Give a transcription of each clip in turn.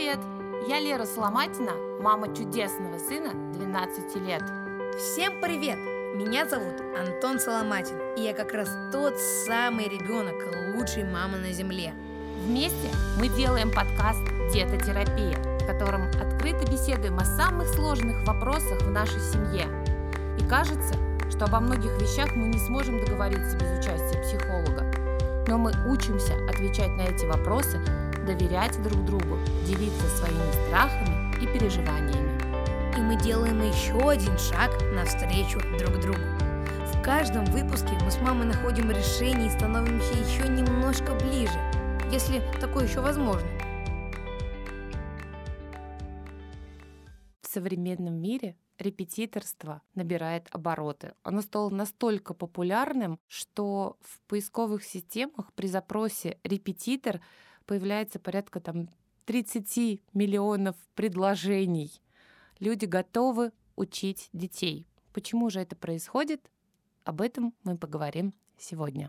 привет! Я Лера Соломатина, мама чудесного сына 12 лет. Всем привет! Меня зовут Антон Соломатин, и я как раз тот самый ребенок лучшей мамы на земле. Вместе мы делаем подкаст «Детотерапия», в котором открыто беседуем о самых сложных вопросах в нашей семье. И кажется, что обо многих вещах мы не сможем договориться без участия психолога. Но мы учимся отвечать на эти вопросы, доверять друг другу, делиться своими страхами и переживаниями. И мы делаем еще один шаг навстречу друг другу. В каждом выпуске мы с мамой находим решение и становимся еще немножко ближе, если такое еще возможно. В современном мире репетиторство набирает обороты. Оно стало настолько популярным, что в поисковых системах при запросе «репетитор» появляется порядка 30 миллионов предложений. Люди готовы учить детей. Почему же это происходит? Об этом мы поговорим сегодня.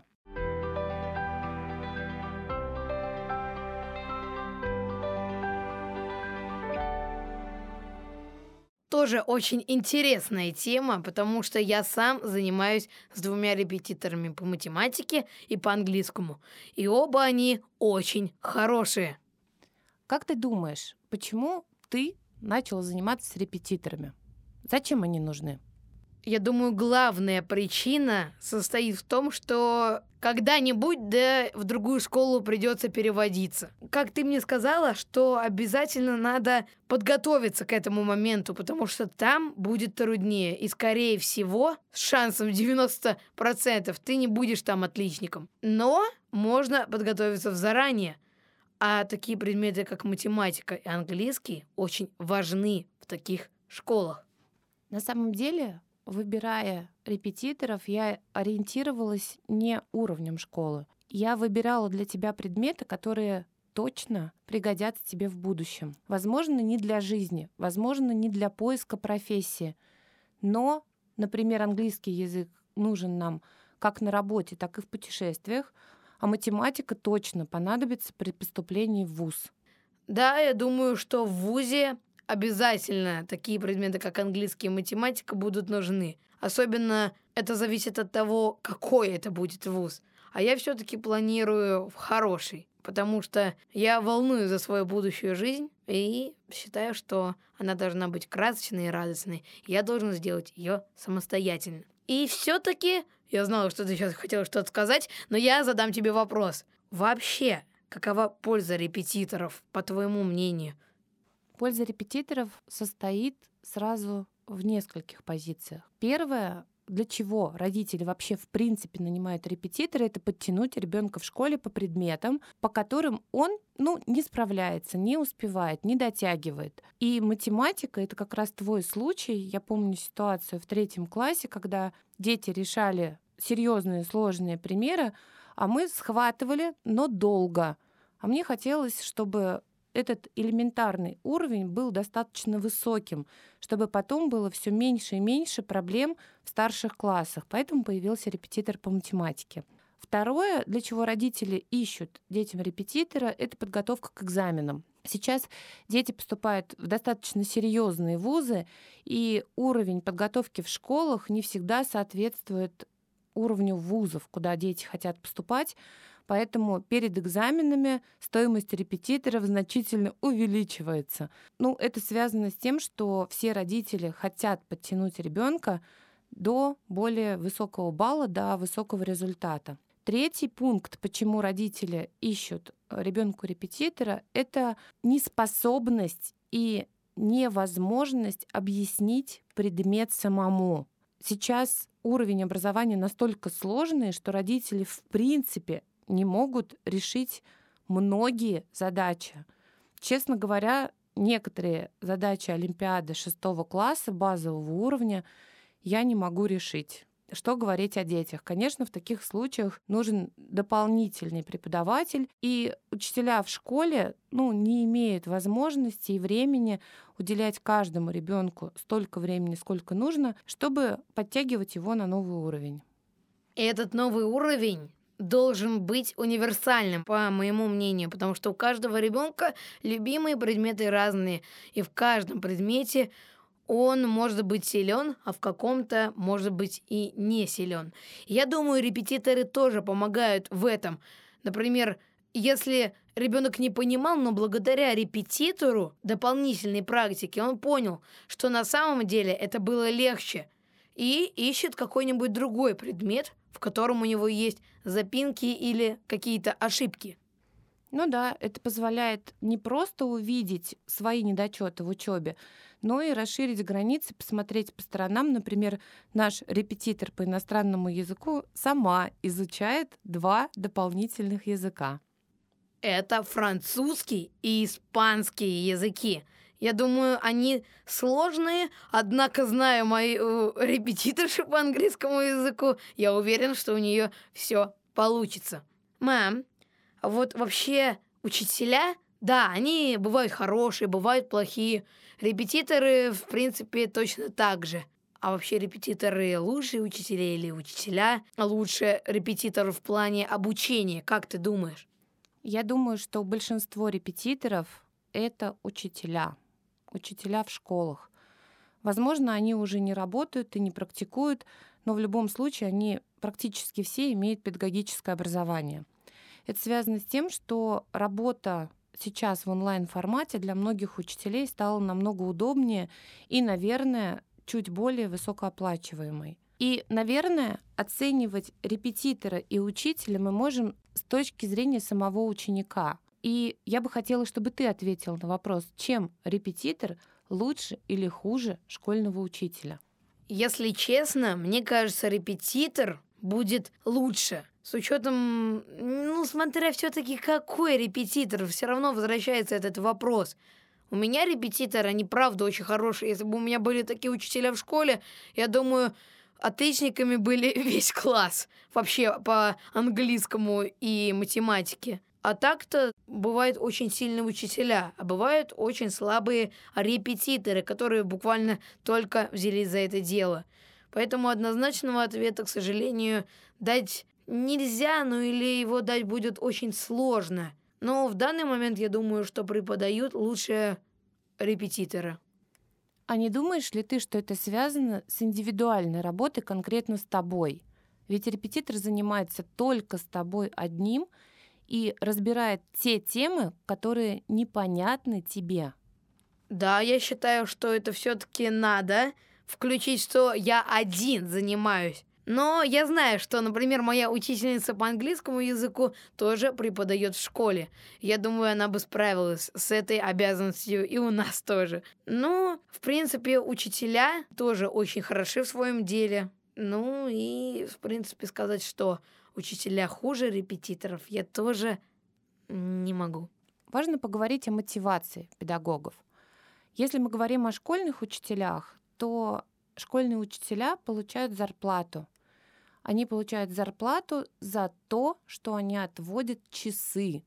Тоже очень интересная тема, потому что я сам занимаюсь с 2 репетиторами по математике и по английскому. И оба они очень хорошие. Как ты думаешь, почему ты начал заниматься с репетиторами? Зачем они нужны? Я думаю, главная причина состоит в том, что когда-нибудь в другую школу придется переводиться. Как ты мне сказала, что обязательно надо подготовиться к этому моменту, потому что там будет труднее. И, скорее всего, с шансом 90% ты не будешь там отличником. Но можно подготовиться заранее. А такие предметы, как математика и английский, очень важны в таких школах. На самом деле, выбирая репетиторов, я ориентировалась не уровнем школы. Я выбирала для тебя предметы, которые точно пригодятся тебе в будущем. Возможно, не для жизни, возможно, не для поиска профессии. Но, например, английский язык нужен нам как на работе, так и в путешествиях, а математика точно понадобится при поступлении в вуз. Да, я думаю, что в вузе обязательно такие предметы, как английский и математика, будут нужны. Особенно это зависит от того, какой это будет вуз. А я все-таки планирую в хороший, потому что я волнуюсь за свою будущую жизнь и считаю, что она должна быть красочной и радостной. Я должен сделать ее самостоятельно. И все-таки, я знала, что ты сейчас хотела что-то сказать, но я задам тебе вопрос. Вообще, какова польза репетиторов, по твоему мнению? Польза репетиторов состоит сразу в нескольких позициях. Первое, для чего родители вообще в принципе нанимают репетитора, это подтянуть ребенка в школе по предметам, по которым он не справляется, не успевает, не дотягивает. И математика — это как раз твой случай. Я помню ситуацию в 3 классе, когда дети решали серьезные сложные примеры, а мы схватывали, но долго. А мне хотелось, чтобы этот элементарный уровень был достаточно высоким, чтобы потом было все меньше и меньше проблем в старших классах. Поэтому появился репетитор по математике. Второе, для чего родители ищут детям репетитора, это подготовка к экзаменам. Сейчас дети поступают в достаточно серьезные вузы, и уровень подготовки в школах не всегда соответствует уровню вузов, куда дети хотят поступать. Поэтому перед экзаменами стоимость репетиторов значительно увеличивается. Это связано с тем, что все родители хотят подтянуть ребенка до более высокого балла, до высокого результата. Третий пункт, почему родители ищут ребенку репетитора, это неспособность и невозможность объяснить предмет самому. Сейчас уровень образования настолько сложный, что родители в принципе не могут решить многие задачи. Честно говоря, некоторые задачи олимпиады 6 класса базового уровня я не могу решить. Что говорить о детях? Конечно, в таких случаях нужен дополнительный преподаватель, и учителя в школе не имеют возможности и времени уделять каждому ребенку столько времени, сколько нужно, чтобы подтягивать его на новый уровень. И этот новый уровень должен быть универсальным, по моему мнению, потому что у каждого ребенка любимые предметы разные, и в каждом предмете он может быть силен, а в каком-то может быть и не силен. Я думаю, репетиторы тоже помогают в этом. Например, если ребенок не понимал, но благодаря репетитору дополнительной практике он понял, что на самом деле это было легче, и ищет какой-нибудь другой предмет, в котором у него есть запинки или какие-то ошибки. Ну да, это позволяет не просто увидеть свои недочеты в учебе, но и расширить границы, посмотреть по сторонам. Например, наш репетитор по иностранному языку сама изучает 2 дополнительных языка. Это французский и испанский языки. Я думаю, они сложные, однако, зная мою репетиторшу по английскому языку, я уверен, что у нее все получится. Мам, а вот вообще учителя, да, они бывают хорошие, бывают плохие. Репетиторы, в принципе, точно так же. А вообще репетиторы лучшие учителя или учителя лучше репетиторов в плане обучения, как ты думаешь? Я думаю, что большинство репетиторов — это учителя в школах. Возможно, они уже не работают и не практикуют, но в любом случае они практически все имеют педагогическое образование. Это связано с тем, что работа сейчас в онлайн-формате для многих учителей стала намного удобнее и, наверное, чуть более высокооплачиваемой. И, наверное, оценивать репетитора и учителя мы можем с точки зрения самого ученика. И я бы хотела, чтобы ты ответил на вопрос, чем репетитор лучше или хуже школьного учителя? Если честно, мне кажется, репетитор будет лучше. С учетом, смотря все-таки какой репетитор, все равно возвращается этот вопрос. У меня репетиторы, они правда очень хорошие. Если бы у меня были такие учителя в школе, я думаю, отличниками были весь класс. Вообще по английскому и математике. А так-то бывают очень сильные учителя, а бывают очень слабые репетиторы, которые буквально только взялись за это дело. Поэтому однозначного ответа, к сожалению, дать нельзя, или его дать будет очень сложно. Но в данный момент я думаю, что преподают лучше репетиторы. А не думаешь ли ты, что это связано с индивидуальной работой конкретно с тобой? Ведь репетитор занимается только с тобой одним и разбирает те темы, которые непонятны тебе. Да, я считаю, что это все-таки надо включить, что я один занимаюсь. Но я знаю, что, например, моя учительница по английскому языку тоже преподает в школе. Я думаю, она бы справилась с этой обязанностью и у нас тоже. В принципе, учителя тоже очень хороши в своем деле. И, в принципе, сказать, что учителя хуже репетиторов, я тоже не могу. Важно поговорить о мотивации педагогов. Если мы говорим о школьных учителях, то школьные учителя получают зарплату. Они получают зарплату за то, что они отводят часы.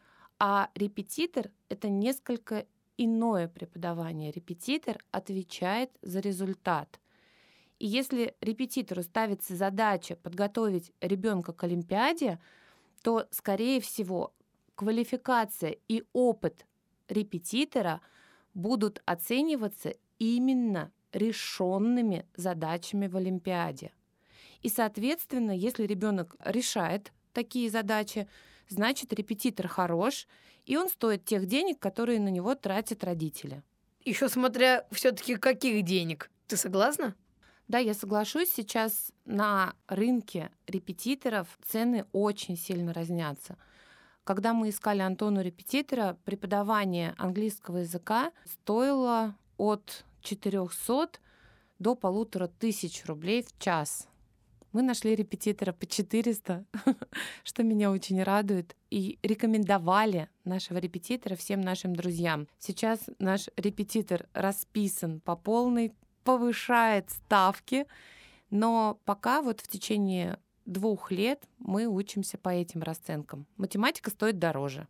А репетитор — это несколько иное преподавание. Репетитор отвечает за результат. И если репетитору ставится задача подготовить ребенка к олимпиаде, то, скорее всего, квалификация и опыт репетитора будут оцениваться именно решенными задачами в олимпиаде. И, соответственно, если ребенок решает такие задачи, значит, репетитор хорош, и он стоит тех денег, которые на него тратят родители. Еще смотря все-таки каких денег. Ты согласна? Да, я соглашусь, сейчас на рынке репетиторов цены очень сильно разнятся. Когда мы искали Антону репетитора, преподавание английского языка стоило от 400 до 1500 рублей в час. Мы нашли репетитора по 400, что меня очень радует, и рекомендовали нашего репетитора всем нашим друзьям. Сейчас наш репетитор расписан по полной, повышает ставки, но пока в течение 2 лет мы учимся по этим расценкам. Математика стоит дороже.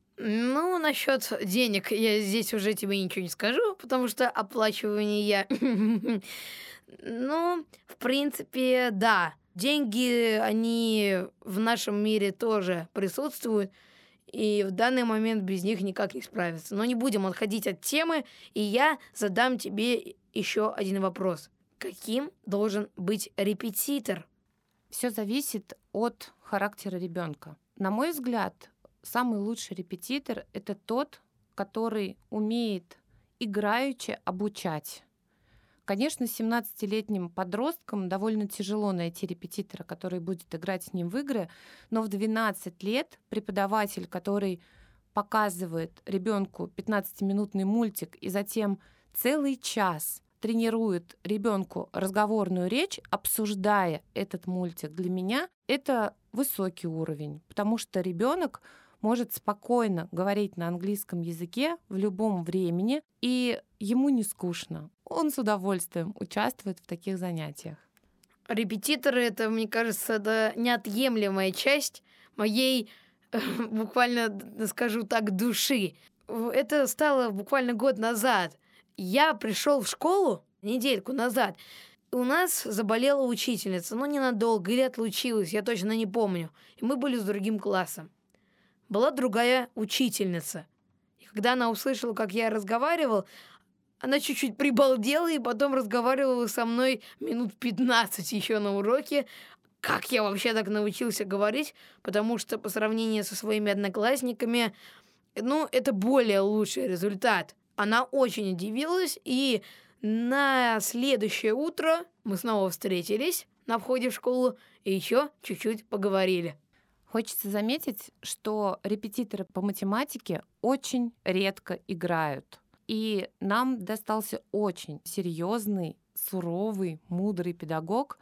Насчет денег я здесь уже тебе ничего не скажу, потому что оплачивание я... в принципе, да. Деньги, они в нашем мире тоже присутствуют, и в данный момент без них никак не справиться. Но не будем отходить от темы, и я задам тебе еще один вопрос. Каким должен быть репетитор? Все зависит от характера ребенка. На мой взгляд, самый лучший репетитор — это тот, который умеет играючи обучать. Конечно, 17-летним подросткам довольно тяжело найти репетитора, который будет играть с ним в игры, но в 12 лет преподаватель, который показывает ребенку 15-минутный мультик и затем целый час тренирует ребенку разговорную речь, обсуждая этот мультик, для меня это высокий уровень, потому что ребенок может спокойно говорить на английском языке в любом времени, и ему не скучно. Он с удовольствием участвует в таких занятиях. Репетиторы — это, мне кажется, это неотъемлемая часть моей, буквально скажу так, души. Это стало буквально год назад. Я пришел в школу недельку назад. У нас заболела учительница, но ненадолго, или отлучилась, я точно не помню. И мы были с другим классом. Была другая учительница. И когда она услышала, как я разговаривал, она чуть-чуть прибалдела и потом разговаривала со мной минут 15 еще на уроке. Как я вообще так научился говорить? Потому что по сравнению со своими одноклассниками, это более лучший результат. Она очень удивилась, и на следующее утро мы снова встретились на входе в школу и еще чуть-чуть поговорили. Хочется заметить, что репетиторы по математике очень редко играют. И нам достался очень серьезный, суровый, мудрый педагог.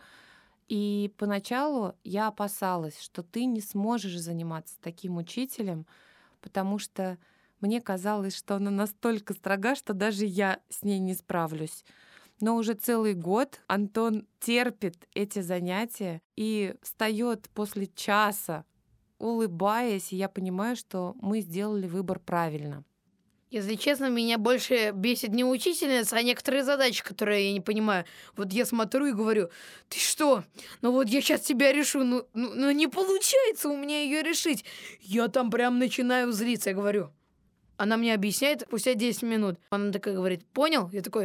И поначалу я опасалась, что ты не сможешь заниматься таким учителем, потому что мне казалось, что она настолько строга, что даже я с ней не справлюсь. Но уже целый год Антон терпит эти занятия и встает после часа, улыбаясь, и я понимаю, что мы сделали выбор правильно. Если честно, меня больше бесит не учительница, а некоторые задачи, которые я не понимаю. Вот я смотрю и говорю: ты что? Я сейчас тебя решу. Не получается у меня ее решить. Я там прям начинаю злиться. Я говорю. Она мне объясняет спустя 10 минут. Она такая говорит: понял? Я такой: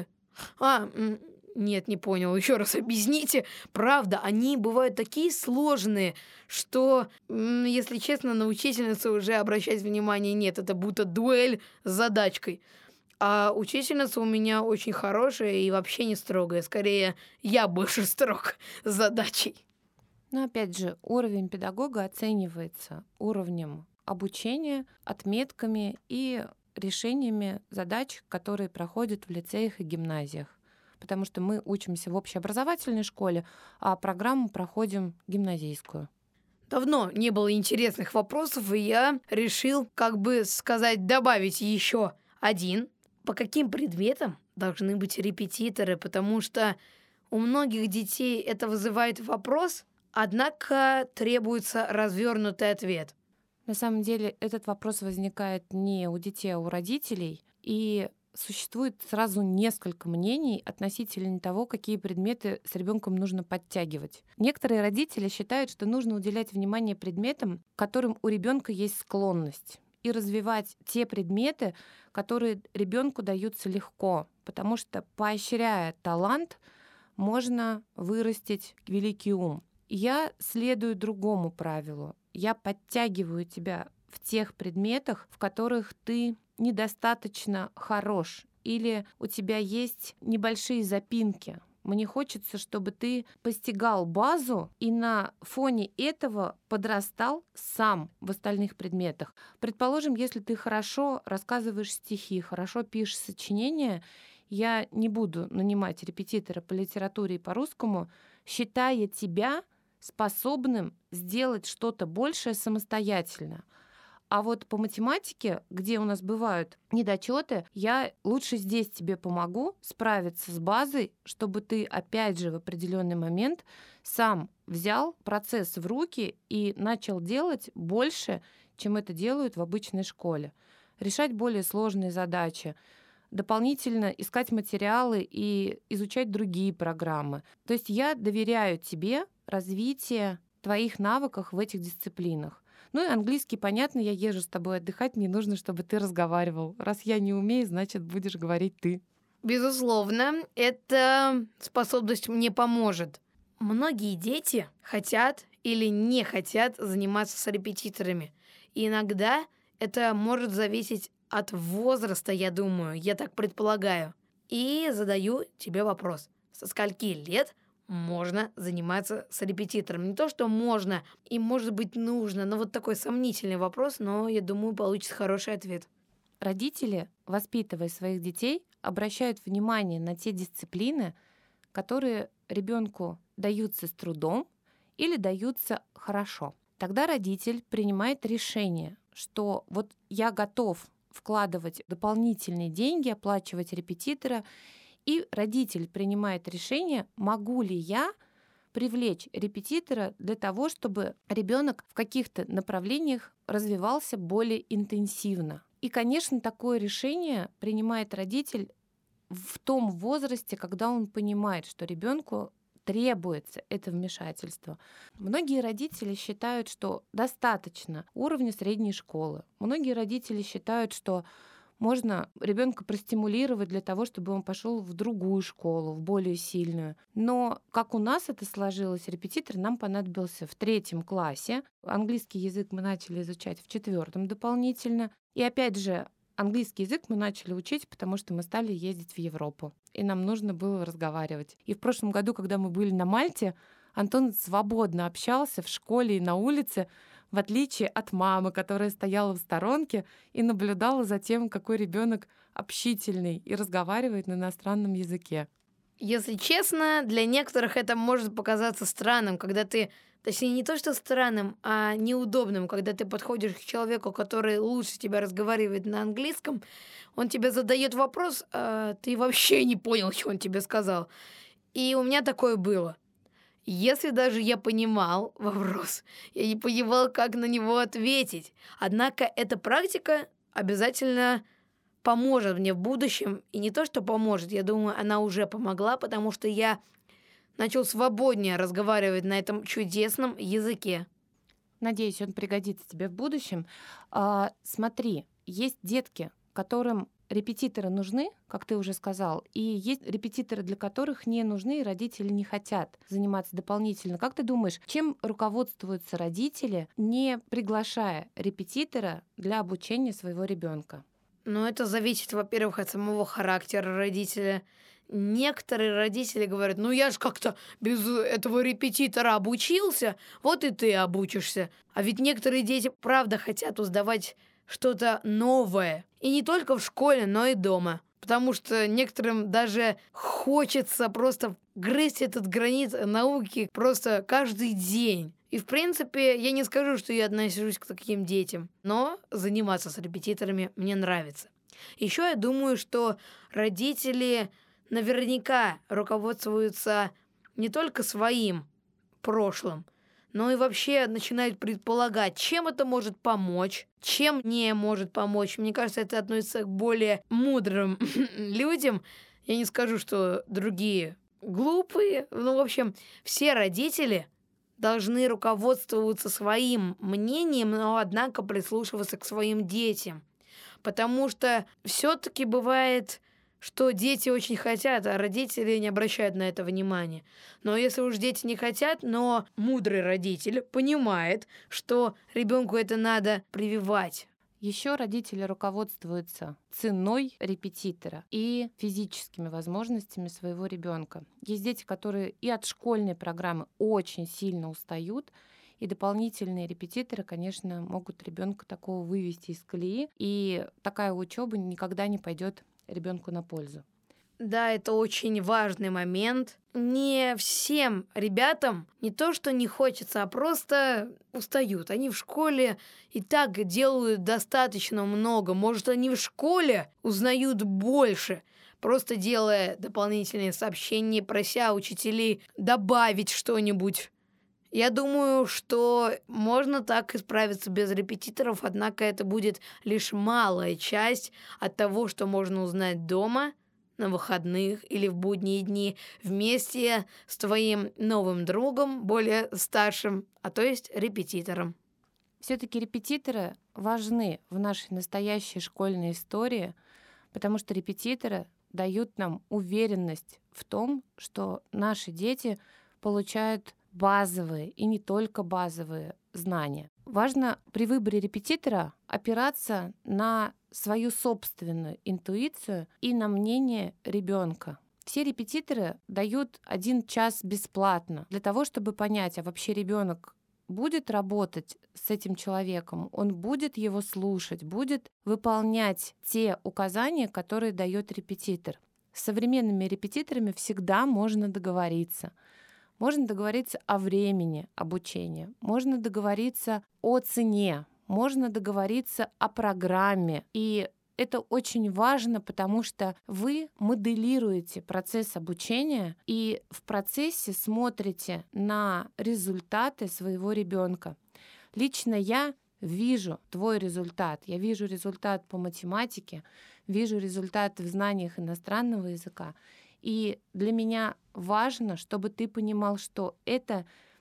нет, не понял. Еще раз объясните. Правда, они бывают такие сложные, что, если честно, на учительницу уже обращать внимания нет. Это будто дуэль с задачкой. А учительница у меня очень хорошая и вообще не строгая. Скорее, я больше строг с задачей. Но опять же, уровень педагога оценивается уровнем обучения, отметками и решениями задач, которые проходят в лицеях и гимназиях. Потому что мы учимся в общеобразовательной школе, а программу проходим гимназийскую. Давно не было интересных вопросов, и я решил, добавить еще один. По каким предметам должны быть репетиторы? Потому что у многих детей это вызывает вопрос, однако требуется развернутый ответ. На самом деле этот вопрос возникает не у детей, а у родителей. И существует сразу несколько мнений относительно того, какие предметы с ребенком нужно подтягивать. Некоторые родители считают, что нужно уделять внимание предметам, к которым у ребенка есть склонность, и развивать те предметы, которые ребенку даются легко, потому что, поощряя талант, можно вырастить великий ум. Я следую другому правилу. Я подтягиваю тебя в тех предметах, в которых ты недостаточно хорош или у тебя есть небольшие запинки. Мне хочется, чтобы ты постигал базу и на фоне этого подрастал сам в остальных предметах. Предположим, если ты хорошо рассказываешь стихи, хорошо пишешь сочинения, я не буду нанимать репетитора по литературе и по-русскому, считая тебя способным сделать что-то большее самостоятельно. А вот по математике, где у нас бывают недочеты, я лучше здесь тебе помогу справиться с базой, чтобы ты, опять же, в определенный момент сам взял процесс в руки и начал делать больше, чем это делают в обычной школе. Решать более сложные задачи, дополнительно искать материалы и изучать другие программы. То есть я доверяю тебе развитие твоих навыков в этих дисциплинах. Ну и английский, понятно, я езжу с тобой отдыхать, мне нужно, чтобы ты разговаривал. Раз я не умею, значит, будешь говорить ты. Безусловно, эта способность мне поможет. Многие дети хотят или не хотят заниматься с репетиторами. И иногда это может зависеть от возраста, я думаю, я так предполагаю. И задаю тебе вопрос. Со скольки лет можно заниматься с репетитором? Не то, что можно и, может быть, нужно, но вот такой сомнительный вопрос, но, я думаю, получится хороший ответ. Родители, воспитывая своих детей, обращают внимание на те дисциплины, которые ребенку даются с трудом или даются хорошо. Тогда родитель принимает решение, что вот я готов вкладывать дополнительные деньги, оплачивать репетитора, и родитель принимает решение, могу ли я привлечь репетитора для того, чтобы ребенок в каких-то направлениях развивался более интенсивно. И, конечно, такое решение принимает родитель в том возрасте, когда он понимает, что ребенку требуется это вмешательство. Многие родители считают, что достаточно уровня средней школы. Многие родители считают, что можно ребенка простимулировать для того, чтобы он пошел в другую школу, в более сильную. Но как у нас это сложилось, репетитор нам понадобился в 3 классе. Английский язык мы начали изучать в 4 дополнительно. И опять же, английский язык мы начали учить, потому что мы стали ездить в Европу. И нам нужно было разговаривать. И в прошлом году, когда мы были на Мальте, Антон свободно общался в школе и на улице, в отличие от мамы, которая стояла в сторонке и наблюдала за тем, какой ребенок общительный и разговаривает на иностранном языке. Если честно, для некоторых это может показаться странным, когда ты, точнее, не то что странным, а неудобным, когда ты подходишь к человеку, который лучше тебя разговаривает на английском, он тебе задает вопрос, а ты вообще не понял, что он тебе сказал. И у меня такое было. Если даже я понимал вопрос, я не понимал, как на него ответить. Однако эта практика обязательно поможет мне в будущем. И не то, что поможет, я думаю, она уже помогла, потому что я начал свободнее разговаривать на этом чудесном языке. Надеюсь, он пригодится тебе в будущем. Смотри, есть детки, которым репетиторы нужны, как ты уже сказал, и есть репетиторы, для которых не нужны, и родители не хотят заниматься дополнительно. Как ты думаешь, чем руководствуются родители, не приглашая репетитора для обучения своего ребенка? Ну, это зависит, во-первых, от самого характера родителя. Некоторые родители говорят, ну я ж как-то без этого репетитора обучился, вот и ты обучишься. А ведь некоторые дети правда хотят узнавать что-то новое. И не только в школе, но и дома. Потому что некоторым даже хочется просто грызть этот гранит науки просто каждый день. И, в принципе, я не скажу, что я отношусь к таким детям, но заниматься с репетиторами мне нравится. Еще я думаю, что родители наверняка руководствуются не только своим прошлым, но и вообще начинают предполагать, чем это может помочь, чем не может помочь. Мне кажется, это относится к более мудрым людям. Я не скажу, что другие глупые. Ну, в общем, все родители должны руководствоваться своим мнением, но, однако, прислушиваться к своим детям. Потому что все-таки бывает, что дети очень хотят, а родители не обращают на это внимания. Но если уж дети не хотят, но мудрый родитель понимает, что ребенку это надо прививать. Еще родители руководствуются ценой репетитора и физическими возможностями своего ребенка. Есть дети, которые и от школьной программы очень сильно устают, и дополнительные репетиторы, конечно, могут ребенка такого вывести из колеи, и такая учеба никогда не пойдет ребенку на пользу. Да, это очень важный момент. Не всем ребятам не то, что не хочется, а просто устают. Они в школе и так делают достаточно много. Может, они в школе узнают больше, просто делая дополнительные сообщения, прося учителей добавить что-нибудь. Я думаю, что можно так и справиться без репетиторов, однако это будет лишь малая часть от того, что можно узнать дома, на выходных или в будние дни вместе с твоим новым другом, более старшим, а то есть репетитором. Все-таки репетиторы важны в нашей настоящей школьной истории, потому что репетиторы дают нам уверенность в том, что наши дети получают базовые и не только базовые знания. Важно при выборе репетитора опираться на свою собственную интуицию и на мнение ребенка. Все репетиторы дают 1 час бесплатно для того, чтобы понять, а вообще ребенок будет работать с этим человеком, он будет его слушать, будет выполнять те указания, которые дает репетитор. С современными репетиторами всегда можно договориться. Можно договориться о времени обучения, можно договориться о цене, можно договориться о программе. И это очень важно, потому что вы моделируете процесс обучения и в процессе смотрите на результаты своего ребенка. Лично я вижу твой результат. Я вижу результат по математике, вижу результат в знаниях иностранного языка. И для меня важно, чтобы ты понимал, что это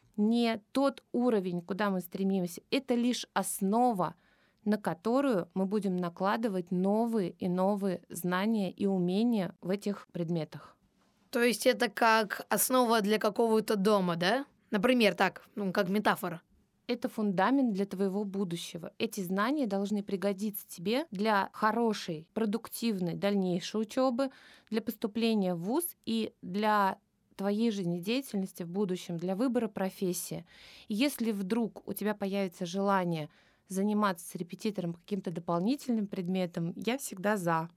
не тот уровень, куда мы стремимся, это лишь основа, на которую мы будем накладывать новые и новые знания и умения в этих предметах. То есть это как основа для какого-то дома, да? Например, так, как метафора. Это фундамент для твоего будущего. Эти знания должны пригодиться тебе для хорошей, продуктивной дальнейшей учебы, для поступления в вуз и для твоей жизнедеятельности в будущем, для выбора профессии. И если вдруг у тебя появится желание заниматься с репетитором каким-то дополнительным предметом, я всегда за.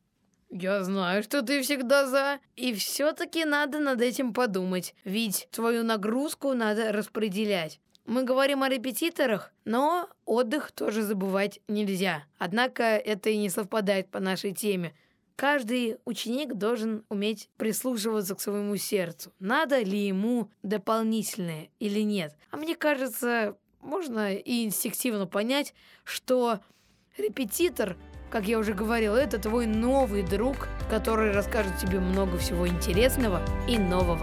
Я знаю, что ты всегда за. И все-таки надо над этим подумать, ведь твою нагрузку надо распределять. Мы говорим о репетиторах, но отдых тоже забывать нельзя. Однако это и не совпадает по нашей теме. Каждый ученик должен уметь прислушиваться к своему сердцу. Надо ли ему дополнительное или нет? А мне кажется, можно и инстинктивно понять, что репетитор, как я уже говорила, это твой новый друг, который расскажет тебе много всего интересного и нового.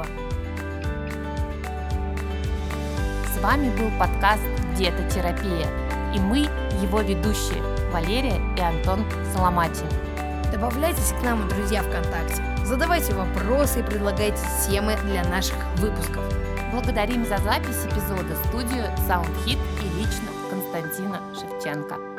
С вами был подкаст «Детотерапия», и мы его ведущие Валерия и Антон Соломатин. Добавляйтесь к нам, друзья, ВКонтакте. Задавайте вопросы и предлагайте темы для наших выпусков. Благодарим за запись эпизода студию SoundHit и лично Константина Шевченко.